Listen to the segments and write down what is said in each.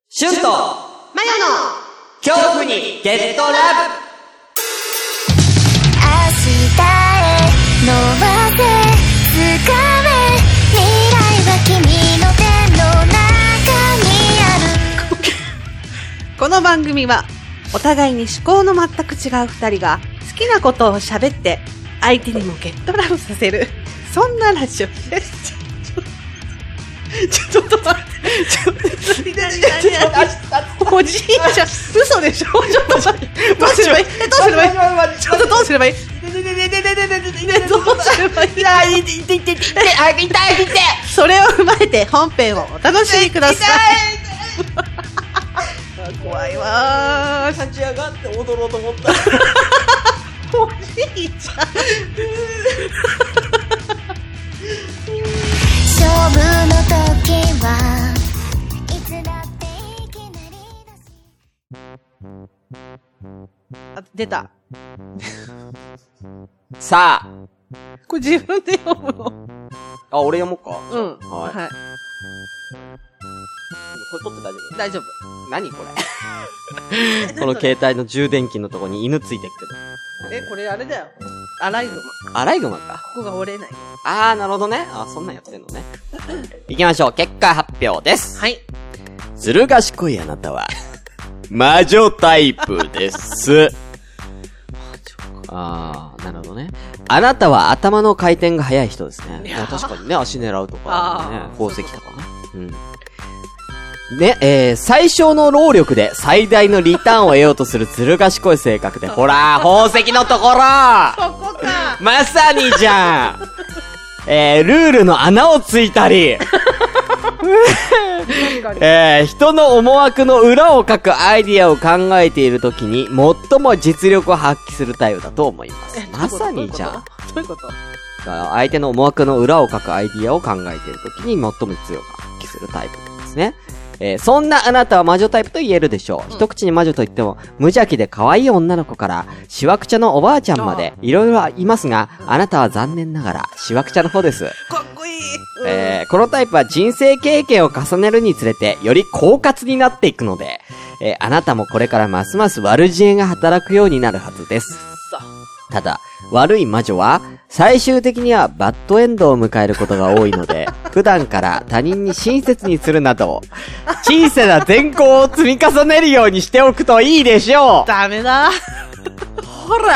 シュンとマヨの恐怖にゲットラブ。 明日へ伸ばせ掴め未来は君の手の中にある。 この番組はお互いに思考の全く違う二人が好きなことを喋って相手にもゲットラブさせる、そんなラジオです。ちょっと待って。おじいちゃん、嘘でしょ。ちょっと待って。どうすればいい？どうすればいい？ちょっとどうすればいい？どうすればいい？それを踏まえて本編をお楽しみください。怖いわー。 立ち上がって踊ろうと思った。 おじいちゃん。 勝負の時はいつだっていきなりだし。 あ、出た。 さあ、 これ自分で読むの？ あ、俺読もうか。 うん。 はい。 はい。 これ撮って大丈夫？ 大丈夫。 何これ？この携帯の充電器のとこに犬ついてるけど。 これあれだよ。アライグマ。 アライグマか。 ここが折れない。 あー、なるほどね。あ、そんなんやってんのね。行きましょう。結果発表です。 はい。 ずる賢いあなたは、魔女タイプです。あー、なるほどね。あなたは頭の回転が速い人ですね。いや確かにね、足狙うとか、ね、宝石とかね。うん。ね、最小の労力で最大のリターンを得ようとするずる賢い性格で、ほら、宝石のところそこかまさにじゃんルールの穴をついたり人の思惑の裏をかくアイディアを考えているときに最も実力を発揮するタイプだと思います。まさにじゃん。 どういうこと？ 相手の思惑の裏をかくアイディアを考えているときに最も実力を発揮するタイプですね。そんなあなたは魔女タイプと言えるでしょう。一口に魔女と言っても、無邪気で可愛い女の子から、しわくちゃのおばあちゃんまで、いろいろいますが、あなたは残念ながら、しわくちゃの方です。 かっこいい。 このタイプは人生経験を重ねるにつれて、より狡猾になっていくので、あなたもこれからますます悪知恵が働くようになるはずです。ただ、悪い魔女は、最終的にはバッドエンドを迎えることが多いので、普段から他人に親切にするなど、小さな善行を積み重ねるようにしておくといいでしょう。 ダメだ。 ほら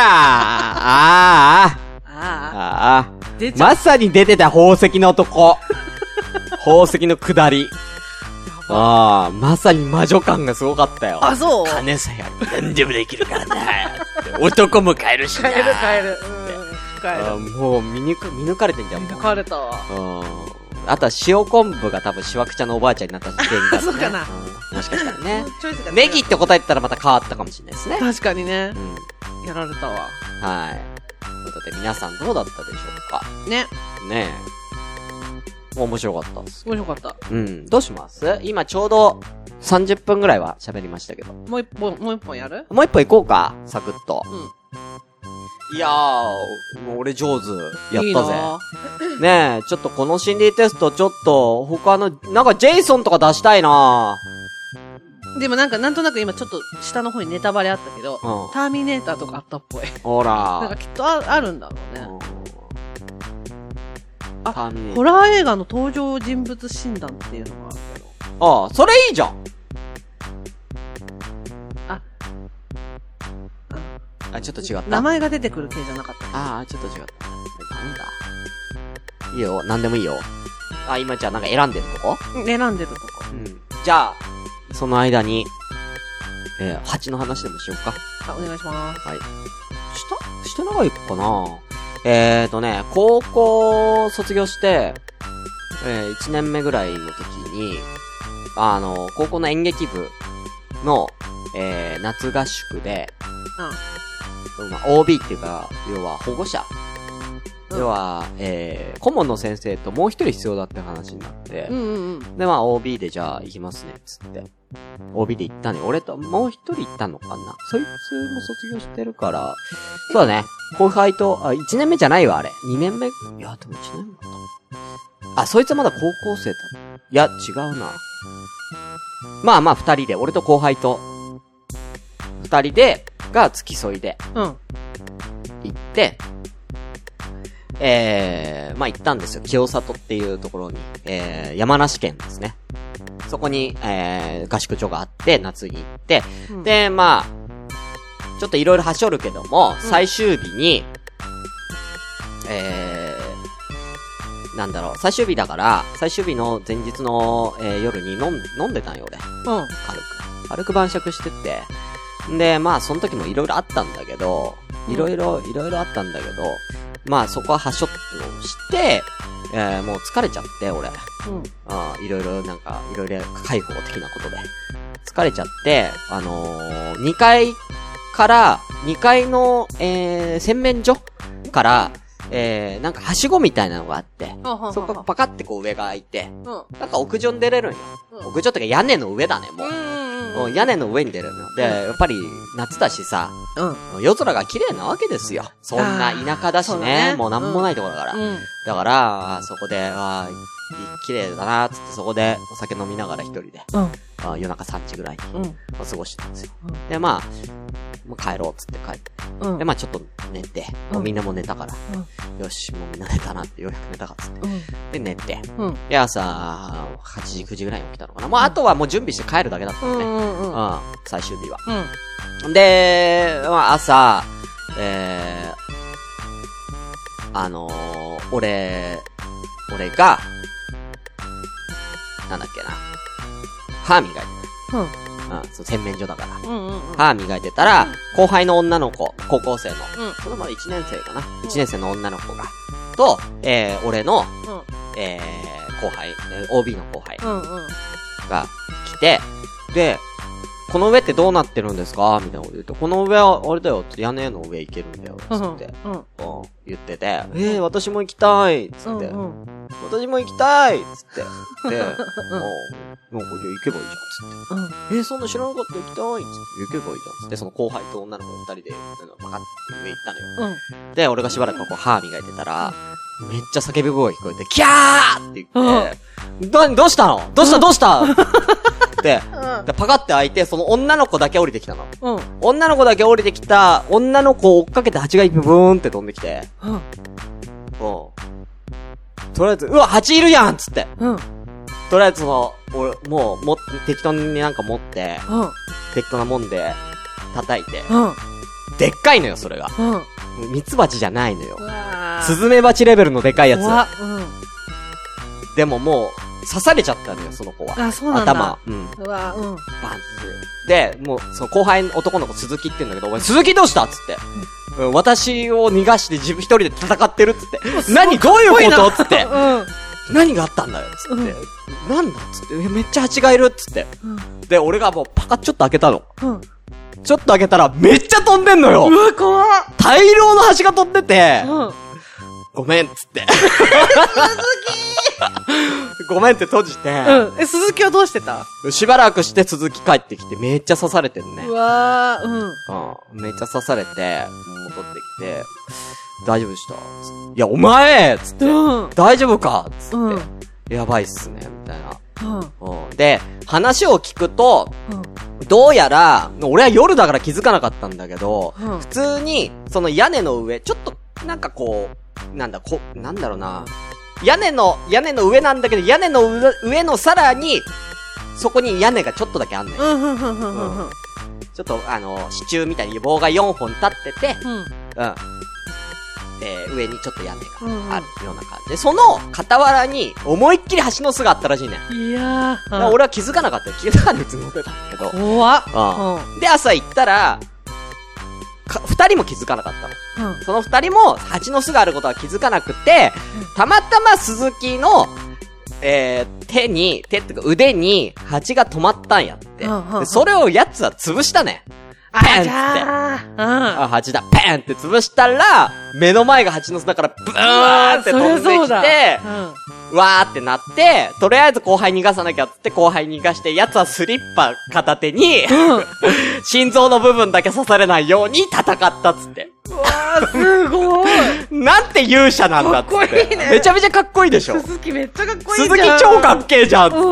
まさに出てた宝石の男。宝石の下り。まさに魔女感がすごかったよ。 あ、そう？ 金さえある何でもできるからな。男も買えるしな。 買える。 もう見抜かれてんじゃん。 見抜かれたわ。 あとは塩昆布が多分しわくちゃのおばあちゃんになった時点だね。 そうかな。 もしかしたらね。ネギって答えてたらまた変わったかもしれないですね。 確かにね。やられたわ。 はい。ということで皆さんどうだったでしょうか。 ねえ。面白かったです。 面白かった。 どうします？今ちょうど30分ぐらいは喋りましたけど。 もう一本やる？ もう一本行こうか。サクッと。いやー、もう俺上手。やったぜ。いいねえ、ちょっとこの心理テストちょっと他の、なんかジェイソンとか出したいな。 でもなんとなく今ちょっと下の方にネタバレあったけど、ターミネーターとかあったっぽい。 ほら。 なんかきっとあるんだろうね。ホラー映画の登場人物診断っていうのがあるけど。 それいいじゃん。ちょっと違った。 名前が出てくる系じゃなかった。 ちょっと違った。なんだ。いいよ、なんでもいいよ。今じゃあなんか選んでるとこ？ 選んでるとこ。 じゃあ、その間に、蜂の話でもしようか。 お願いします。 はい。下長いかな？高校卒業して、1年目ぐらいの時に、高校の演劇部の、夏合宿で、OB っていうか、要は保護者要は、顧問の先生ともう一人必要だって話になって、で、まあ OB でじゃあ行きますね、つって。OB で行ったね。俺ともう一人行ったのかな。そいつも卒業してるから、そうだね。後輩と、1年目じゃないわ、あれ。2年目、いや、でも1年目かな。そいつはまだ高校生だ。いや、違うな。まあまあ2人で、俺と後輩と、2人で、が付き添いで、行って、まあ行ったんですよ。清里っていうところに、山梨県ですね。そこに、合宿所があって、夏に行って、で、まあ、ちょっといろいろはしょるけども、最終日に、なんだろう、最終日だから、最終日の前日の、夜に飲んでたんよ、俺。軽く晩酌してて。で、まあ、その時もいろいろあったんだけど、いろいろあったんだけど、まあ、そこははしょっとして、もう疲れちゃって、俺。いろいろ解放的なことで。疲れちゃって、2階の、洗面所から、なんかはしごみたいなのがあって、そこがパカってこう上が開いて、なんか屋上に出れるんよ。屋上ってか屋根の上だね、もう。屋根の上に出るの。で、やっぱり夏だしさ、夜空が綺麗なわけですよ。そんな田舎だしね、もうなんもないところだから。だから、そこで、綺麗だなーつってそこでお酒飲みながら一人で、夜中3時ぐらいに、過ごしてたんですよ。で、まあ、もう帰ろうつって帰って。で、まあちょっと寝て、もうみんなも寝たから、よし、もうみんな寝たなって、ようやく寝たかっつって。で、寝て。で、朝、8時、9時ぐらいに起きたのかな。もうあとはもう準備して帰るだけだったのね。最終日は。で、まあ朝、俺が、なんだっけな。歯磨いてた。そう、洗面所だから。歯磨いてたら、後輩の女の子、高校生の、そのまだ1年生かな。1年生の女の子が、と、俺の、後輩、OB の後輩、が来て、で、この上ってどうなってるんですかみたいなこと言うと、この上は、あれだよ、屋根の上行けるんだよ、つって、言ってて、私も行きたい、つって、私も行きたい、つって、で、なんか行けばいいじゃん、つって、そんな知らなかった、行きたい、つって、行けばいいじゃん、つって、その後輩と女の子二人で、パカッて上行ったのよ。で、俺がしばらくこう歯磨いてたら、めっちゃ叫び声聞こえて、キャーって言って、どうしたのどうしたで、パカって開いて、その女の子だけ降りてきたの。女の子だけ降りてきた、女の子を追っかけて蜂がブーンって飛んできて、とりあえず、うわ、蜂いるやんつって。とりあえず俺、もう、適当になんか持って、適当なもんで、叩いて、でっかいのよ、それが。ミツバチじゃないのよ。スズメバチレベルのでかいやつ。でももう、刺されちゃったのよ、その子は。 そうなんだ。 頭。バンで、もう、その後輩男の子鈴木って言うんだけど、お前、鈴木どうしたっつって。私を逃がして一人で戦ってるっつって。何どういうことっつって。何があったんだよっつって。なんだっつって。めっちゃ蜂がいるっつって。で、俺がもうパカッちょっと開けたの。ちょっと開けたらめっちゃ飛んでんのよ。 うわ、怖っ。 大量の蜂が飛んでて、ごめんっつって。ごめんって閉じて。 鈴木はどうしてた？ しばらくして鈴木帰ってきてめっちゃ刺されてるね。 うわー、めっちゃ刺されて、戻ってきて、大丈夫でした？いや、お前つって、大丈夫かつって、やばいっすね、みたいな。で、話を聞くと、どうやら、俺は夜だから気づかなかったんだけど、普通に、その屋根の上、ちょっと、なんかこう、なんだろうな。屋根の上なんだけど、屋根の上のさらに、そこに屋根がちょっとだけあんのよ。ちょっと、支柱みたいに棒が4本立ってて、上にちょっと屋根があるような感じで、その傍らに思いっきり蜂の巣があったらしいね。 いやー。 俺は気づかなかったよ。気づかないうちに乗ってたんだけど。 怖っ。 で、朝行ったら、二人も気づかなかったの。その二人も蜂の巣があることは気づかなくて、たまたま鈴木の、手っていうか腕に蜂が止まったんやって。でそれをやつは潰したね。 ペンって。 あ、 蜂だ、ペンって潰したら、目の前が蜂の巣だから、ブーって飛んできて、わーってなって、とりあえず後輩逃がさなきゃって後輩逃がして、奴はスリッパ片手に、心臓の部分だけ刺されないように戦ったっつって。 うわー、すごい。 なんて勇者なんだっつって。 かっこいいね。 めちゃめちゃかっこいいでしょ。 鈴木めっちゃかっこいいじゃん。 鈴木超かっけえじゃんっつって。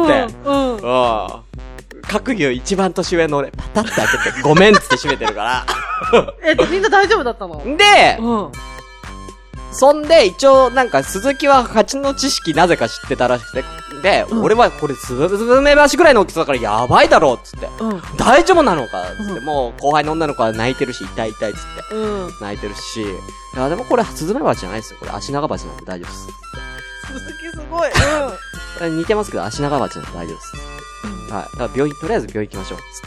各牛一番年上の俺、パタッて開けて、ごめんっつって閉めてるから。 みんな大丈夫だったの？ で、そんで、一応、なんか、鈴木は蜂の知識なぜか知ってたらしくて、で、俺はこれ、スズメバチぐらいの大きさだからやばいだろうっつって、大丈夫なのかっつって、もう、後輩の女の子は泣いてるし、痛い痛いっつって、泣いてるし、いや、でもこれ、スズメバチじゃないですよ。これ、足長バチなんで大丈夫です。 鈴木すごい。 似てますけど、足長バチなんで大丈夫です。はい。だから病院、とりあえず病院行きましょう。つって。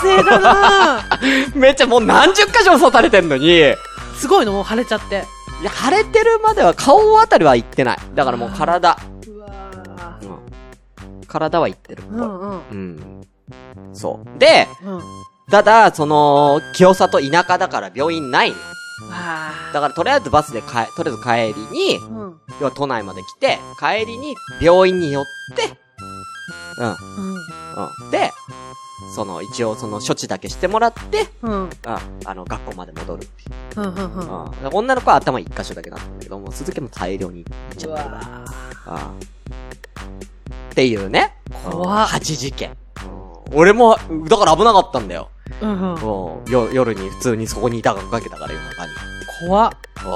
冷静だなめっちゃもう何十箇所刺されてんのに。 すごいのもう腫れちゃって。 いや、腫れてるまでは顔あたりは行ってない。だからもう体。 うわー。体は行ってる。そう。で、ただ、清里田舎だから病院ないの。だからとりあえずバスでとりあえず帰りに、要は都内まで来て、帰りに病院に寄って、で、一応処置だけしてもらって、学校まで戻るっていう。女の子は頭一箇所だけだったんだけども、鈴木も大量に行っちゃったから。っていうね。8事件。俺も、だから危なかったんだよ。夜に普通にそこにいたがかけたから夜中に。 怖っ。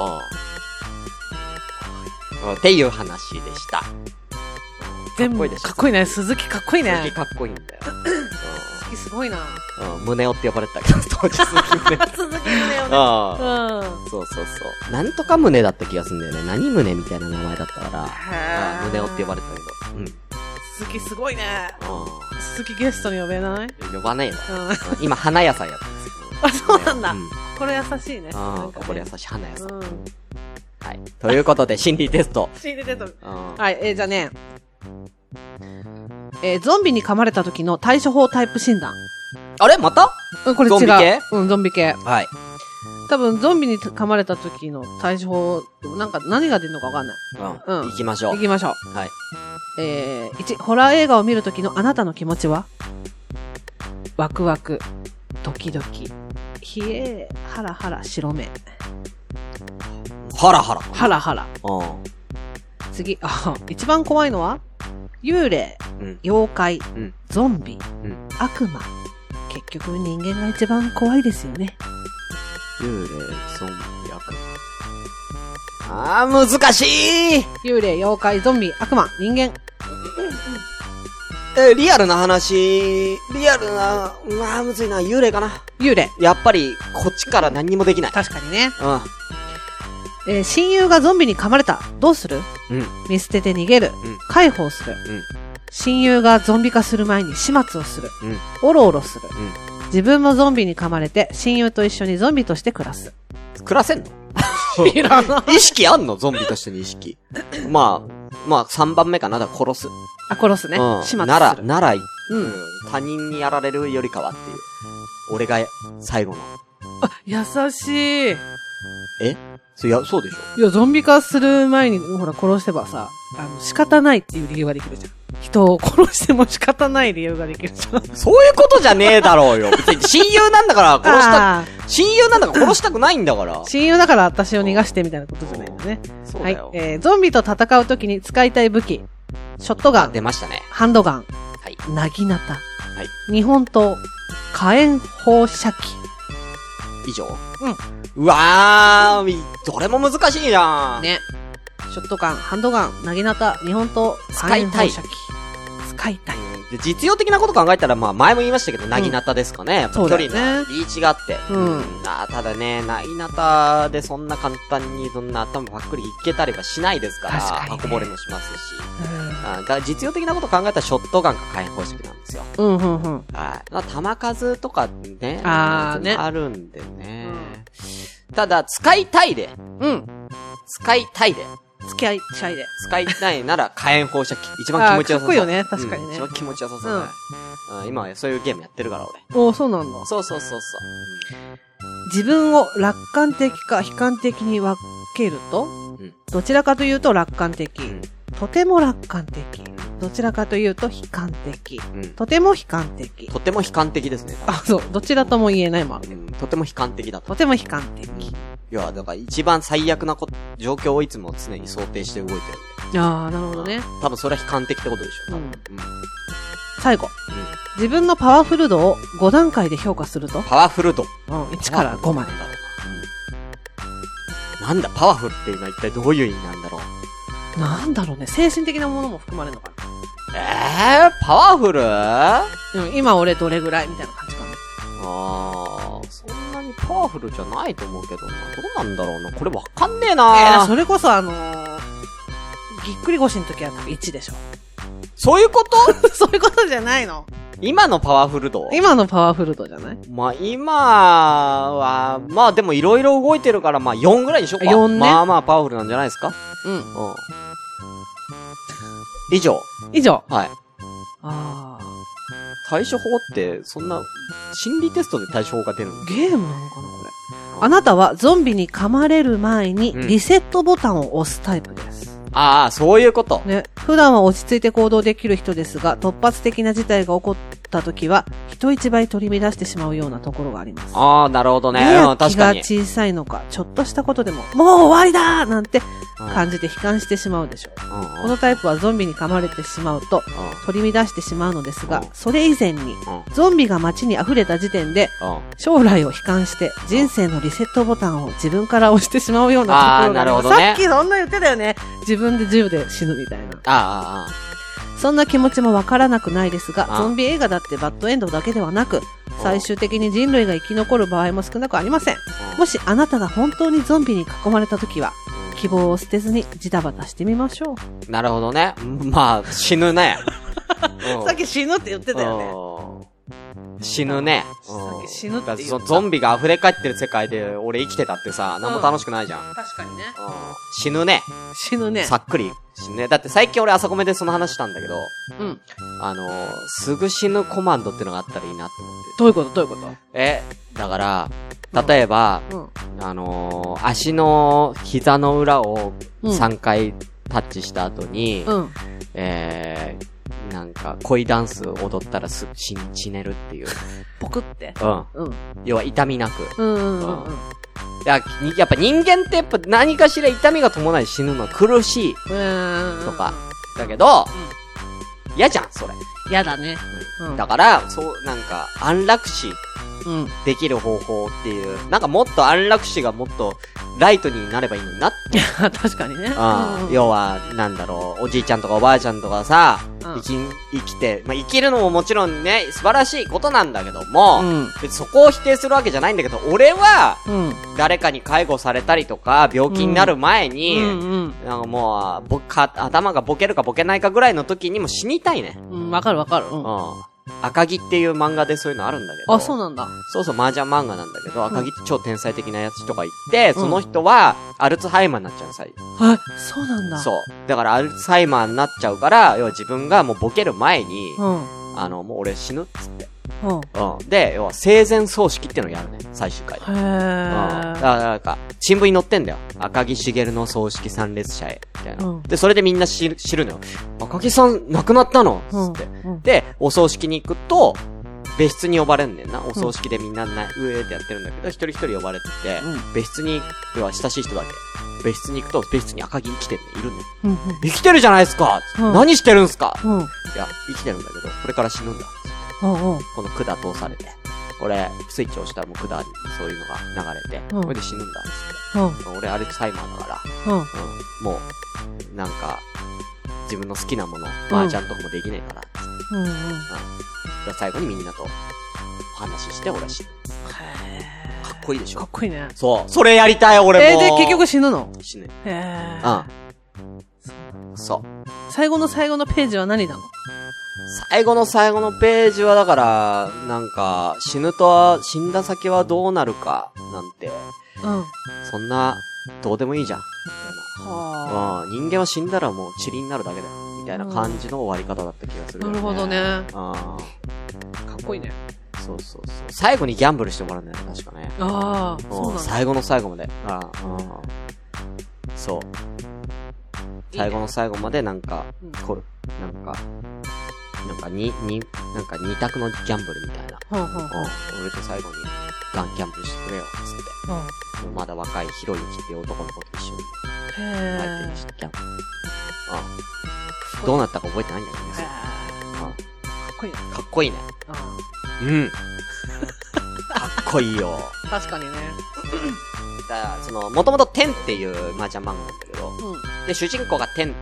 っていう話でした。 かっこいいでしょ。かっこいいね。鈴木かっこいいね。 鈴木かっこいいんだよ。 鈴木すごいな。 胸尾って呼ばれてたけど、当時鈴木胸。 鈴木胸尾ね。 そう。なんとか胸だった気がするんだよね。何胸みたいな名前だったから、胸尾って呼ばれてたけど。 鈴木すごいね。鈴木ゲストに呼べない？ 呼ばねえよ。今、花屋さんやってるんですよ。 あ、そうなんだ。これ優しいね。 これ優しい花屋さん。はい。ということで、心理テスト。 心理テスト。はい、じゃあね。ゾンビに噛まれた時の対処法タイプ診断。 あれまた？ これ違う。 ゾンビ系？ ゾンビ系。 はい。 多分、ゾンビに噛まれた時の対処法、なんか何が出るのかわかんない。 行きましょう。 行きましょう。はい。 1、ホラー映画を見る時のあなたの気持ちは？ワクワク、ドキドキ、冷え、ハラハラ、白目。 ハラハラ。 ハラハラ。次、一番怖いのは幽霊、妖怪、ゾンビ、悪魔。結局人間が一番怖いですよね。 幽霊、ゾンビ、悪魔。難しい！ 幽霊、妖怪、ゾンビ、悪魔、人間。 リアルな話、むずいな、幽霊かな。 幽霊。 やっぱり、こっちから何にもできない。 確かにね。親友がゾンビに噛まれた。どうする？見捨てて逃げる。介抱する。親友がゾンビ化する前に始末をする。おろおろする。自分もゾンビに噛まれて、親友と一緒にゾンビとして暮らす。 暮らせんの？いらない。意識あんの？ゾンビとしての意識。まあ、3番目かな。だから殺す。 殺すね。始末する。 なら、他人にやられるよりかはっていう。俺が最後の。 優しい。 そうでしょ？ いや、ゾンビ化する前に、ほら、殺してばさ、仕方ないっていう理由ができるじゃん。人を殺しても仕方ない理由ができるじゃん。 そういうことじゃねえだろうよ。別に親友なんだから殺したくないんだから。 親友だから私を逃がしてみたいなことじゃないんだね。 そうだよ。 はい。ゾンビと戦うときに使いたい武器。ショットガン。 出ましたね。 ハンドガン。 はい。 なぎなた。 はい。 日本刀。火炎放射器。 以上？うわー、どれも難しいじゃん。 ね。ショットガン、ハンドガン、なぎなた、日本刀、 使いたい。 使いたい。 で実用的なこと考えたら、前も言いましたけど、なぎなたですかね。やっぱ距離のリーチがあって。ただね、なぎなたでそんな簡単にそんな頭ばっくりいけたりはしないですから、箱ぼれもしますし。実用的なこと考えたらショットガンか火炎放射器なんですよ。はい。弾数とかね、あるんでね。ただ、使いたいで。 付き合いたいで。 使いたいなら火炎放射器。一番気持ちよさそう。 かっこいいよね、確かにね。 一番気持ちよさそうだね。今はそういうゲームやってるからおー、そうなんだ。 俺。そう。 自分を楽観的か悲観的に分けると、どちらかというと楽観的。とても楽観的。どちらかというと悲観的。とても悲観的。 とても悲観的ですね。 あ、そう。どちらとも言えないもん。 とても悲観的だと。 とても悲観的。 いや、だから一番最悪な状況をいつも常に想定して動いてるんで。 ああ、なるほどね。 多分それは悲観的ってことでしょ。 最後。自分のパワフル度を5段階で評価すると。 パワフル度。 1から5まで。 なんだ、パワフルっていうのは一体どういう意味なんだろう。 なんだろうね。精神的なものも含まれるのかな。パワフル？ 今俺どれぐらいみたいな感じかな。 そんなにパワフルじゃないと思うけどな。どうなんだろうな。これわかんねえな。 それこそぎっくり腰の時は1でしょ。 そういうことそういうことじゃないの。 今のパワフル度？ 今のパワフル度じゃない？ まあ今は、まあでもいろいろ動いてるから、まあ4ぐらいにしようか。 4ね。 まあまあパワフルなんじゃないですか？以上。はい。対処法って、そんな、心理テストで対処法が出るの？ ゲームなのかなこれ。あなたはゾンビに噛まれる前にリセットボタンを押すタイプです。 ああ、そういうこと。 ね。普段は落ち着いて行動できる人ですが、突発的な事態が起こった時は、人一倍取り乱してしまうようなところがあります。 ああ、なるほどね。確かに。 気が小さいのか、ちょっとしたことでも、もう終わりだーなんて感じて悲観してしまうでしょう。このタイプはゾンビに噛まれてしまうと、取り乱してしまうのですが、それ以前に、ゾンビが街に溢れた時点で、将来を悲観して、人生のリセットボタンを自分から押してしまうようなところがあります。さっきそんな言ってたよね。自分で銃で死ぬみたいな。そんな気持ちもわからなくないですが、ゾンビ映画だってバッドエンドだけではなく、最終的に人類が生き残る場合も少なくありません。もしあなたが本当にゾンビに囲まれた時は、希望を捨てずにジタバタしてみましょう。 なるほどね。まあ、死ぬね。 さっき死ぬって言ってたよね。 死ぬね。 さっき死ぬって言った。 ゾンビが溢れ返ってる世界で俺生きてたってさ、なんも楽しくないじゃん。 確かにね。 死ぬね。 死ぬね。 さっくり死ぬね。だって最近俺朝コメでその話したんだけど、すぐ死ぬコマンドってのがあったらいいなって思って。 どういうことだから、例えば、足の膝の裏を3回タッチした後に、なんか、恋ダンス踊ったら死ねるっていう。 ポクって。 要は痛みなく。やっぱ人間ってやっぱ何かしら痛みが伴い死ぬのは苦しい。とか。だけど、嫌じゃん、それ。 嫌だね。 だから、なんか、安楽死できる方法っていう、なんかもっと安楽死がもっとライトになればいいのになって。 確かにね。 要は、なんだろう、おじいちゃんとかおばあちゃんとかさ、生きて、まあ、生きるのももちろんね、素晴らしいことなんだけども、別にそこを否定するわけじゃないんだけど、俺は、誰かに介護されたりとか、病気になる前に、なんかもう、頭がボケるかボケないかぐらいの時にも死にたいね。 わかる。 赤木っていう漫画でそういうのあるんだけど。 あ、そうなんだ。 そう、麻雀漫画なんだけど、赤木って超天才的なやつとか言って、その人は、アルツハイマーになっちゃうのさ。 そうなんだ。 そう。だからアルツハイマーになっちゃうから、要は自分がもうボケる前に、もう俺死ぬっつって。で、要は生前葬式っていうのをやるね、最終回で。だからなんか、新聞に載ってんだよ。赤木茂の葬式参列者へ、みたいな。で、それでみんな知るのよ。赤木さん亡くなったのつって。で、お葬式に行くと、別室に呼ばれんねんな。お葬式でみんな上でやってるんだけど、一人一人呼ばれてて、別室に、要は親しい人だけ。別室に行くと、別室に赤木生きてるね、いるね。生きてるじゃないですか何してるんすかいや、生きてるんだけど、これから死ぬんだ。この管通されて。俺、スイッチ押したらもう管にそういうのが流れて、これで死ぬんだっつって。俺、アルツハイマーだから、もう、なんか、自分の好きなもの、麻雀とかもできねえから、つって。最後にみんなとお話しして、俺は死ぬ。かっこいいでしょ。 かっこいいね。 そう。それやりたい、俺も。 で、結局死ぬの？ 死ぬ。 そう。最後の最後のページは何なの？ 最後の最後のページはだから、なんか、死んだ先はどうなるか、なんて。そんな、どうでもいいじゃん。 は人間は死んだらもう塵になるだけだよ。みたいな感じの終わり方だった気がするよね。 なるほどね。 かっこいいね。 そう。最後にギャンブルしてもらうんだよね、確かね。 そうなんだ。 最後の最後まで。そう。最後の最後までなんか、二択のギャンブルみたいな。俺と最後にギャンブルしてくれよ、つって。まだ若いひろゆきっていう男の子と一緒に。相手にしてギャンブル。どうなったか覚えてないんだよね。 かっこいいね。 かっこいいね。かっこいいよ。 確かにね。 だから、もともと天っていう麻雀漫画なんだけど、で、主人公が天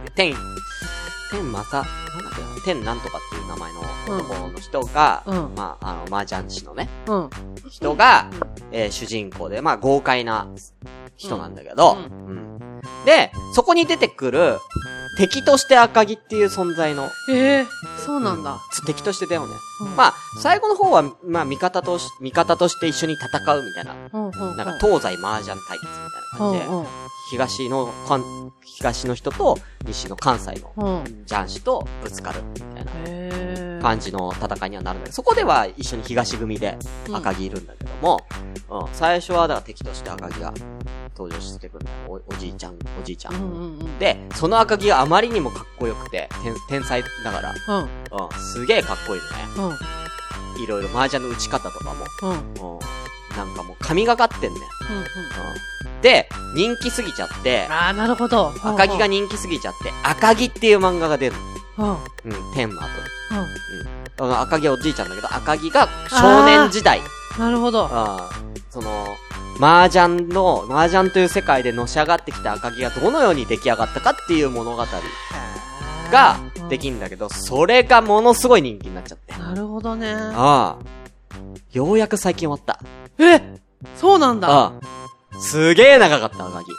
なんとかっていう名前の男の人が、麻雀師のね、人が、主人公で、豪快な人なんだけど、で、そこに出てくる、敵として赤城っていう存在の。 そうなんだ。 敵としてだよね。最後の方は、味方として一緒に戦うみたいな。なんか東西麻雀対決みたいな感じで、東の人と西の関西の雀士とぶつかるみたいな感じの戦いにはなるんだけど、そこでは一緒に東組で赤城いるんだけども、最初はだから敵として赤城が登場してくるんだよ。おじいちゃん。で、その赤城があまりにもかっこよくて、天才だから、すげえかっこいいのね。いろいろ麻雀の打ち方とかも、なんかもう神がかってんね。で、人気すぎちゃって、 なるほど。 赤城が人気すぎちゃって、赤城っていう漫画が出るの。天の後に。赤城はおじいちゃんだけど、赤城が少年時代。 なるほど。 麻雀という世界でのし上がってきた赤城がどのように出来上がったかっていう物語ができんだけど、それがものすごい人気になっちゃって。 なるほどね。 ようやく最近終わった。 そうなんだ。 すげえ長かった、赤城。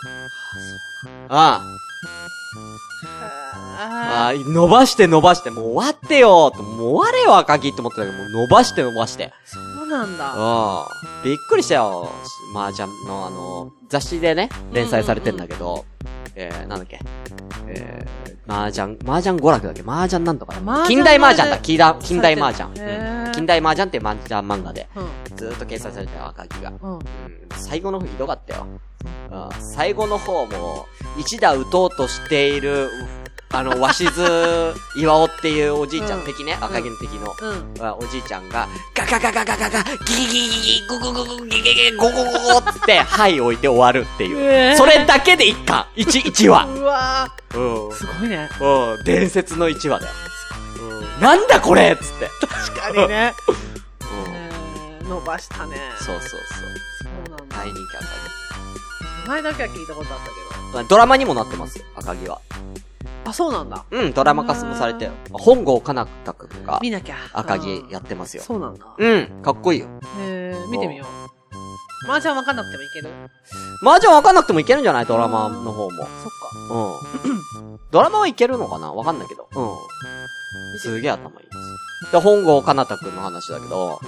伸ばして、もう終わってよもう終われよ、赤城って思ってたけど、もう伸ばして。 そうなんだ。 びっくりしたよ。麻雀の雑誌でね、連載されてんだけど、なんだっけ。麻雀娯楽だっけ、麻雀なんとかだ。近代麻雀だ、近代麻雀。近代麻雀って麻雀漫画で、ずーっと掲載されてた赤城が。最後の方ひどかったよ。最後の方も、一打打とうとしている、鷲津岩尾っていうおじいちゃん、敵ね、赤城の敵の、おじいちゃんが、ガガガガガガガ、ギギギギギ、ゴゴゴゴギギギゴゴゴゴって、はい置いて終わるっていう。それだけで1巻、1話。 うわー。すごいね。 伝説の1話だよ。なんだこれっつって。 確かにね。伸ばしたね。 そう。 そうなんだ。 大人気赤城。前だけは聞いたことあったけど。 ドラマにもなってますよ、赤城は。 そうなんだ。 ドラマ化もされてよ。本郷奏多くんが、 見なきゃ。 赤城やってますよ。 そうなんだ。 かっこいいよ。 見てみよう。麻雀わかんなくてもいける？ 麻雀わかんなくてもいけるんじゃない？ドラマの方も。 そっか。 ドラマはいけるのかな？わかんないけど。すげえ頭いいです。で、本郷奏多くんの話だけど、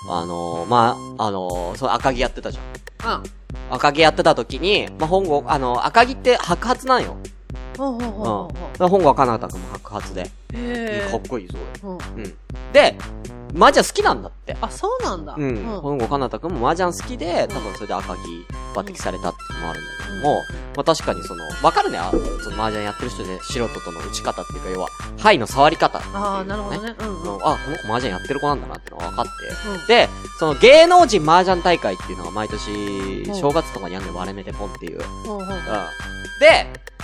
その赤城やってたじゃん。赤城やってた時に、赤城って白髪なんよ。本郷奏多くんも白髪で。かっこいいぞ。で、麻雀好きなんだって。 そうなんだ。 本郷奏多くんも麻雀好きで、多分それで赤城抜擢されたっていうのもあるんだけども、確かにわかるね、その麻雀やってる人で素人との打ち方っていうか、要は、牌の触り方。 なるほどね。 この子麻雀やってる子なんだなってのが分かって。で、その芸能人麻雀大会っていうのが毎年、正月とかにあんねん、割れ目でポンっていう。で、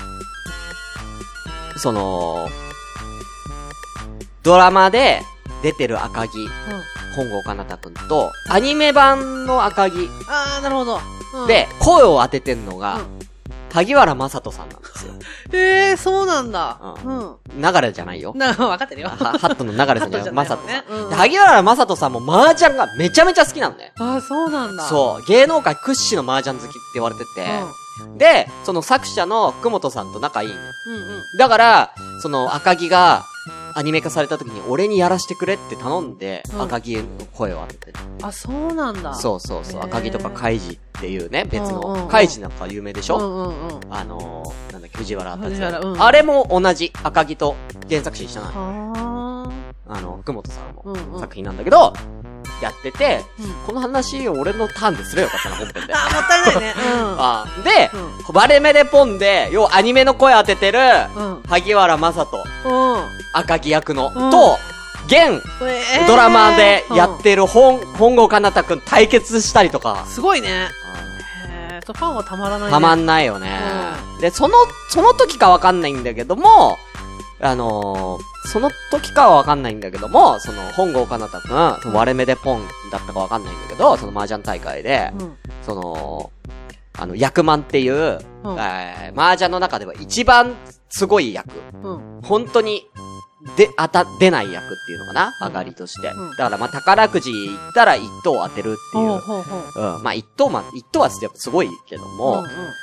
ドラマで出てる赤城、本郷奏多くんと、アニメ版の赤城。 なるほど。 で、声を当ててんのが、萩原正人さんなんですよ。 そうなんだ。 流れじゃないよ。 分かってるよ。 ハットの流れさんじゃない、正人さん。萩原正人さんも麻雀がめちゃめちゃ好きなんだよ。 そうなんだ。 そう。芸能界屈指の麻雀好きって言われてて、で、その作者の福本さんと仲いい。だから、赤城が、 アニメ化された時に俺にやらしてくれって頼んで、赤木の声を当ててる。 あ、そうなんだ。 そうそうそう。赤木とかカイジっていうね、別の。カイジなんか有名でしょ？なんだっけ、藤原達也。あれも同じ赤木と原作者一緒なの。福本さんの作品なんだけど、やってて、この話を俺のターンですればよかったな、本編で。 もったいないね。 で、バレメでポンで、要はアニメの声当ててる、萩原正人、赤木役の、と、現、ドラマでやってる本郷奏多くん対決したりとか。 すごいね。ファンはたまらないね。 たまんないよね。で、その時かわかんないんだけども、その時かはわかんないんだけども、その、本郷奏多くん、割れ目でポンだったかわかんないんだけど、その麻雀大会で、その、役満っていう、麻雀の中では一番すごい役。本当に、出ない役っていうのかな、上がりとして。だから宝くじ行ったら一等当てるっていう。一等はやっぱすごいけども、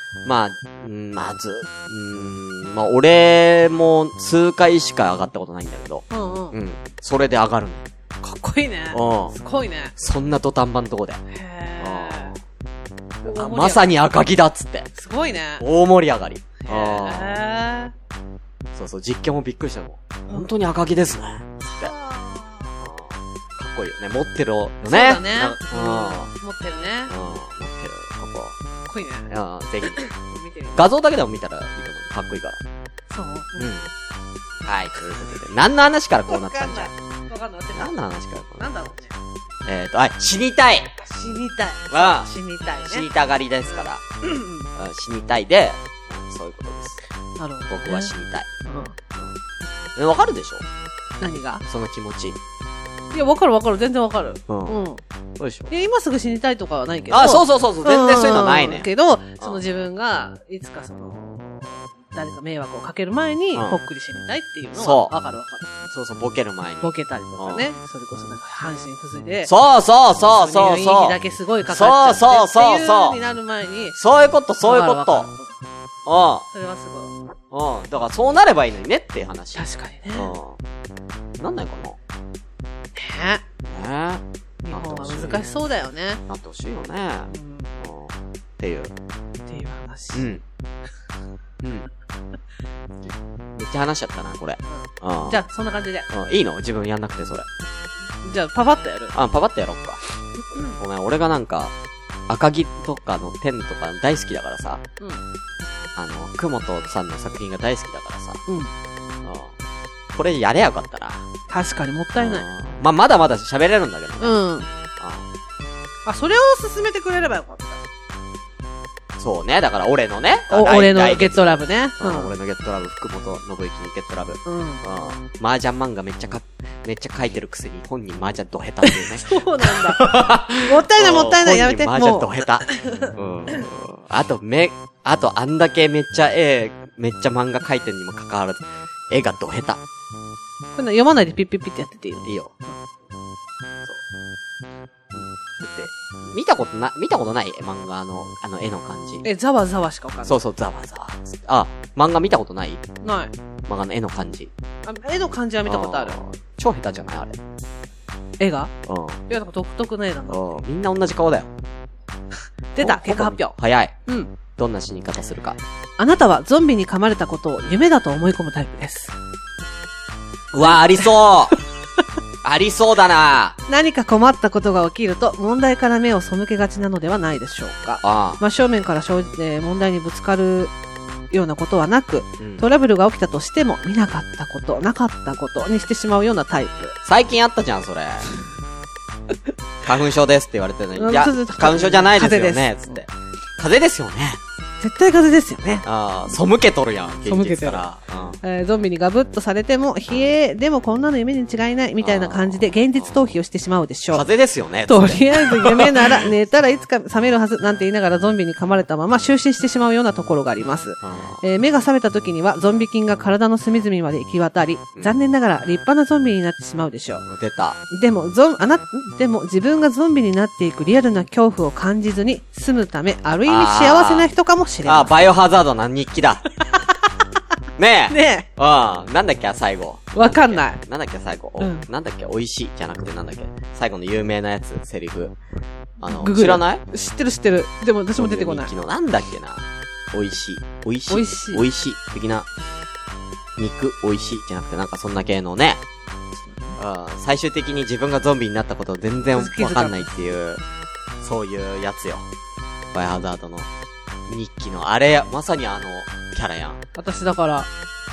俺も数回しか上がったことないんだけど、それで上がるの。 かっこいいね。すごいね。 そんな土壇場のとこで。まさに赤木だっつって。 すごいね。 大盛り上がり。そうそう、実況もびっくりしたもん。本当に赤木ですね。つって。かっこいいよね。持ってるよね。 そうだね。持ってるね。 持ってる。ここ。 かっこいいね。 ぜひ。見てみ画像だけでも見たらいいと思う。かっこいいから。 そう？ はい、ということで。何の話からこうなったんじゃん。 わかんない。 何の話からこうなった。 なんだろうね。 死にたい。 死にたい。死にたいね。 死にたがりですから。死にたいで、そういうことです。 なるほど。 僕は死にたい。わかるでしょ？ 何が？ その気持ち。 いや、わかる。全然わかる。 そうでしょ？ いや、今すぐ死にたいとかはないけど。 そう。全然そういうのないね。 けど、その自分が、いつか誰か迷惑をかける前に、ほっくり死にたいっていうのは、わかる。 そう、ボケる前に。 ボケたりとかね。それこそなんか、半身不随で。 そう。 入院費だけすごいかかっちゃってっていう風になる前に。 そういうこと。それはすごい。だからそうなればいいのにねっていう話。 確かにね。 なんないかな？ ね。日本は難しそうだよね。 なってほしいよね。っていう話。 めっちゃ話しちゃったな、これ。 じゃあ、そんな感じで。 いいの？自分やんなくて、それ。 じゃあ、パパッとやる？ パパッとやろうか。ごめん、俺がなんか、赤木とかの天とか大好きだからさ。熊本さんの作品が大好きだからさ。これやれやよかったな。 確かにもったいない。 まだまだ喋れるんだけどね。 それを進めてくれればよかった。 そうね。だから俺のね。 俺のゲットラブね。 俺のゲットラブ、福本信之にゲットラブ。麻雀漫画めっちゃ書いてるくせに本人麻雀ど下手っていうね。 そうなんだ。もったいない、やめて。 麻雀ど下手。あとあんだけめっちゃ漫画描いてるにもかかわらず、絵がど下手。 これ読まないでピッピッピッってやってていい？ いいよ。だって、見たことない漫画の絵の感じ。 ざわざわしかわかんない。 そう、ざわざわ。漫画見たことない？ ない。 漫画の絵の感じ。 絵の感じは見たことある。 超下手じゃないあれ。 絵が？いや、なんか独特の絵なんだ。 みんな同じ顔だよ。 出た、結果発表。 早い。どんな死に方するか。 あなたはゾンビに噛まれたことを夢だと思い込むタイプです。 うわ、ありそうありそうだな。 何か困ったことが起きると問題から目を背けがちなのではないでしょうか。真正面から問題にぶつかるようなことはなく、トラブルが起きたとしても見なかったこと、なかったことにしてしまうようなタイプ。 最近あったじゃん、それ。花粉症ですって言われてるのに。いや、花粉症じゃないですよね、つって。風邪ですよね。 絶対風邪ですよね。 背けとるやん、現実から。 ゾンビにガブッとされても、でもこんなの夢に違いない、みたいな感じで現実逃避をしてしまうでしょう。 風邪ですよね。 とりあえず夢なら、寝たらいつか覚めるはず、なんて言いながらゾンビに噛まれたまま就寝してしまうようなところがあります。目が覚めた時にはゾンビ菌が体の隅々まで行き渡り、残念ながら立派なゾンビになってしまうでしょう。 出た。 でも自分がゾンビになっていくリアルな恐怖を感じずに済むため、ある意味幸せな人かもしれません。 バイオハザードな日記だ。 ねえ。 ねうん。なんだっけ、最後。 わかんない。 なんだっけ、最後。 うん。 なんだっけ、美味しいじゃなくてなんだっけ。最後の有名なやつ、セリフ。 ググる知らない？ 知ってる。でも私も出てこない。 なんだっけな。美味しい。美味しい。的な。肉、美味しい。じゃなくてなんかそんな系のね。最終的に自分がゾンビになったことを全然わかんないっていう、そういうやつよ。バイオハザードの日記の、あれ、まさにキャラやん。 私だから。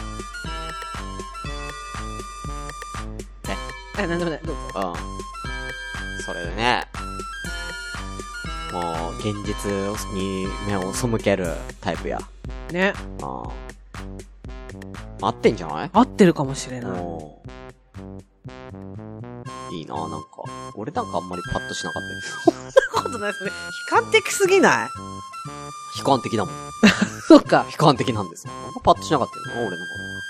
なんでもない、どうぞ。 それでね、もう、現実に目を背けるタイプや。 ね。 合ってんじゃない？ 合ってるかもしれない。 いいな、なんか。俺なんかあんまりパッとしなかったけど。そんなことないですね。悲観的すぎない？ 悲観的だもん。 そっか。 悲観的なんですよ。なんかパッとしなかったよな、俺の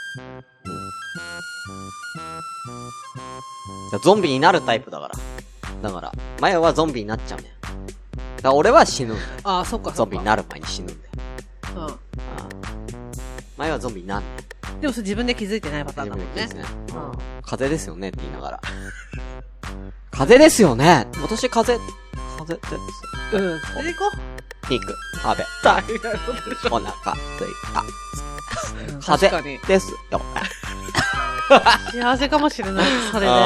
こと。ゾンビになるタイプだから。だから、前はゾンビになっちゃうね。だから俺は死ぬんだよ。 ああ、そっか。 ゾンビになる前に死ぬんだよ。前はゾンビになんね。 でもそれ自分で気づいてないパターンだもんね。 風邪ですよねって言いながら。風邪ですよね。私風邪です。 それで行こう。 肉、食べたい。お腹すいた。風邪ですよ。 幸せかもしれない。それで。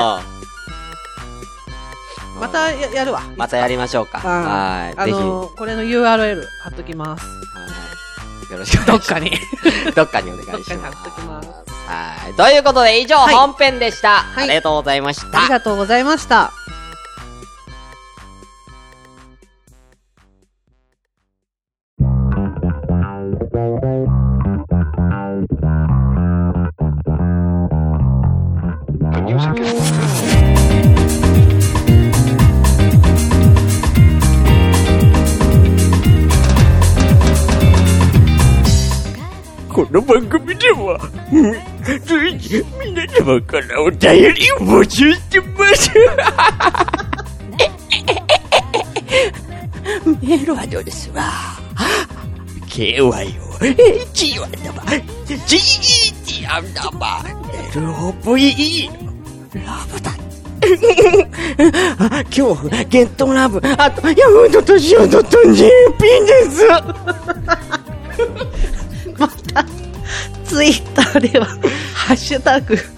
またやるわ。 またやりましょうか。はい。ぜひ。 これの URL 貼っときます。 よろしくお願いします。どっかにお願いします。 どっかに貼っときます。 はい。ということで以上、本編でした。ありがとうございました。 ありがとうございました。 この番組では、随時皆様からお便りを募集してます。メールアドレスは、KYO8GT_LOVE ラブだ。恐怖、ゲットラブ、あと、ヤフー.co.jp です。 また、ツイッターでは、ハッシュタグ、ハ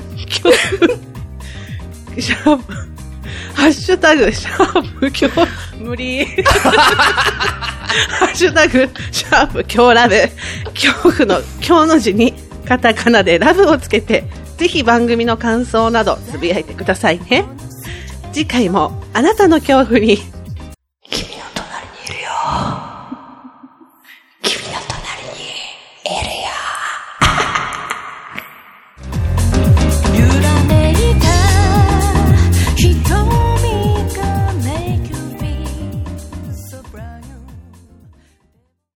ッシュタグ、無理。ハッシュタグ、今日ラブ、恐怖の今日の字に、カタカナでラブをつけて、ぜひ番組の感想などつぶやいてくださいね。次回もあなたの恐怖に